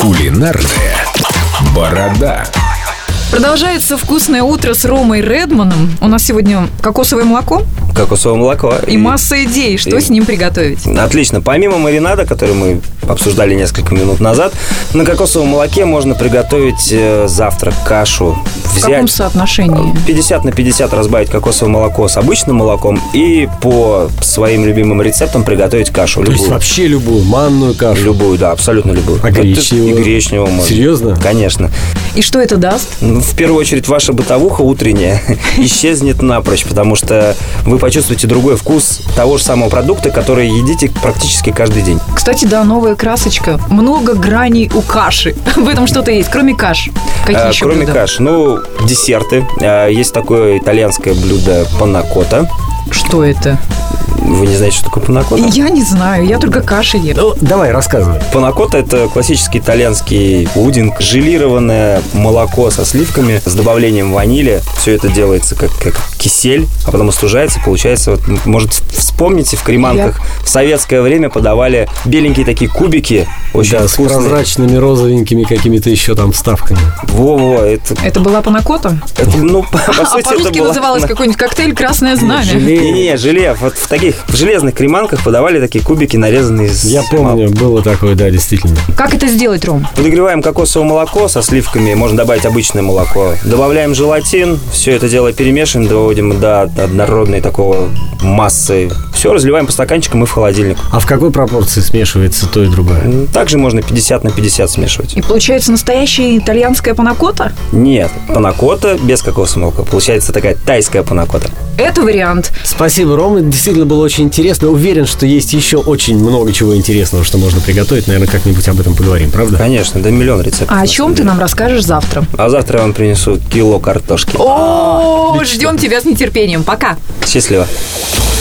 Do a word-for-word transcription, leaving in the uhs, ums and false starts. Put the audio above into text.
Кулинарная борода. Продолжается вкусное утро с Ромой Редманом. У нас сегодня кокосовое молоко. Кокосовое молоко. И, и масса идей, что и... с ним приготовить. Отлично. Помимо маринада, который мы обсуждали несколько минут назад, на кокосовом молоке можно приготовить э, завтрак, кашу. В взять каком соотношении? пятьдесят на пятьдесят разбавить кокосовое молоко с обычным молоком и по своим любимым рецептам приготовить кашу. То любую. есть вообще любую, манную кашу? Любую, да, абсолютно любую. А гречневую? И гречневую можно. Серьезно? Конечно. И что это даст? В первую очередь, ваша бытовуха утренняя исчезнет напрочь, потому что вы почувствуете другой вкус того же самого продукта, который едите практически каждый день. Кстати, да, новая красочка. Много граней у каши. В этом что-то есть, кроме каш. Какие а, еще Кроме блюда? каш, ну, десерты. Есть такое итальянское блюдо панна-котта. Что это? Вы не знаете, что такое панна-котта? Я не знаю, я только каши ем. Ну, давай, рассказывай. Панна-котта – это классический итальянский пудинг. Желированное молоко со сливками с добавлением ванили. Все это делается как, как кисель, а потом остужается. Получается, вот, может, вспомните, в креманках я... в советское время подавали беленькие такие кубики. Очень да, вкусные. С прозрачными, розовенькими какими-то еще там вставками. Во-во, это... Это была панна-котта? Это, ну, по, по а сути, по-русски была... называлось какой-нибудь коктейль «Красное знамя». Не-не, желе. Вот в таких в железных креманках подавали такие кубики, нарезанные из... Я помню, было такое, да, действительно. Как это сделать, Ром? Подогреваем кокосовое молоко со сливками, можно добавить обычное молоко. Добавляем желатин, все это дело перемешиваем, доводим до однородной такого массы. Все, разливаем по стаканчикам и в холодильник. А в какой пропорции смешивается то и другое? Также можно пятьдесят на пятьдесят смешивать. И получается настоящая итальянская панна-котта? Нет, панна-котта без кокосового молока. Получается такая тайская панна-котта. Это вариант. Спасибо, Рома. Действительно было очень интересно. Уверен, что есть еще очень много чего интересного, что можно приготовить. Наверное, как-нибудь об этом поговорим, правда? Конечно, да миллион рецептов. А о чем ты нам расскажешь завтра? А завтра я вам принесу кило картошки. О, ждем тебя с нетерпением. Пока. Счастливо.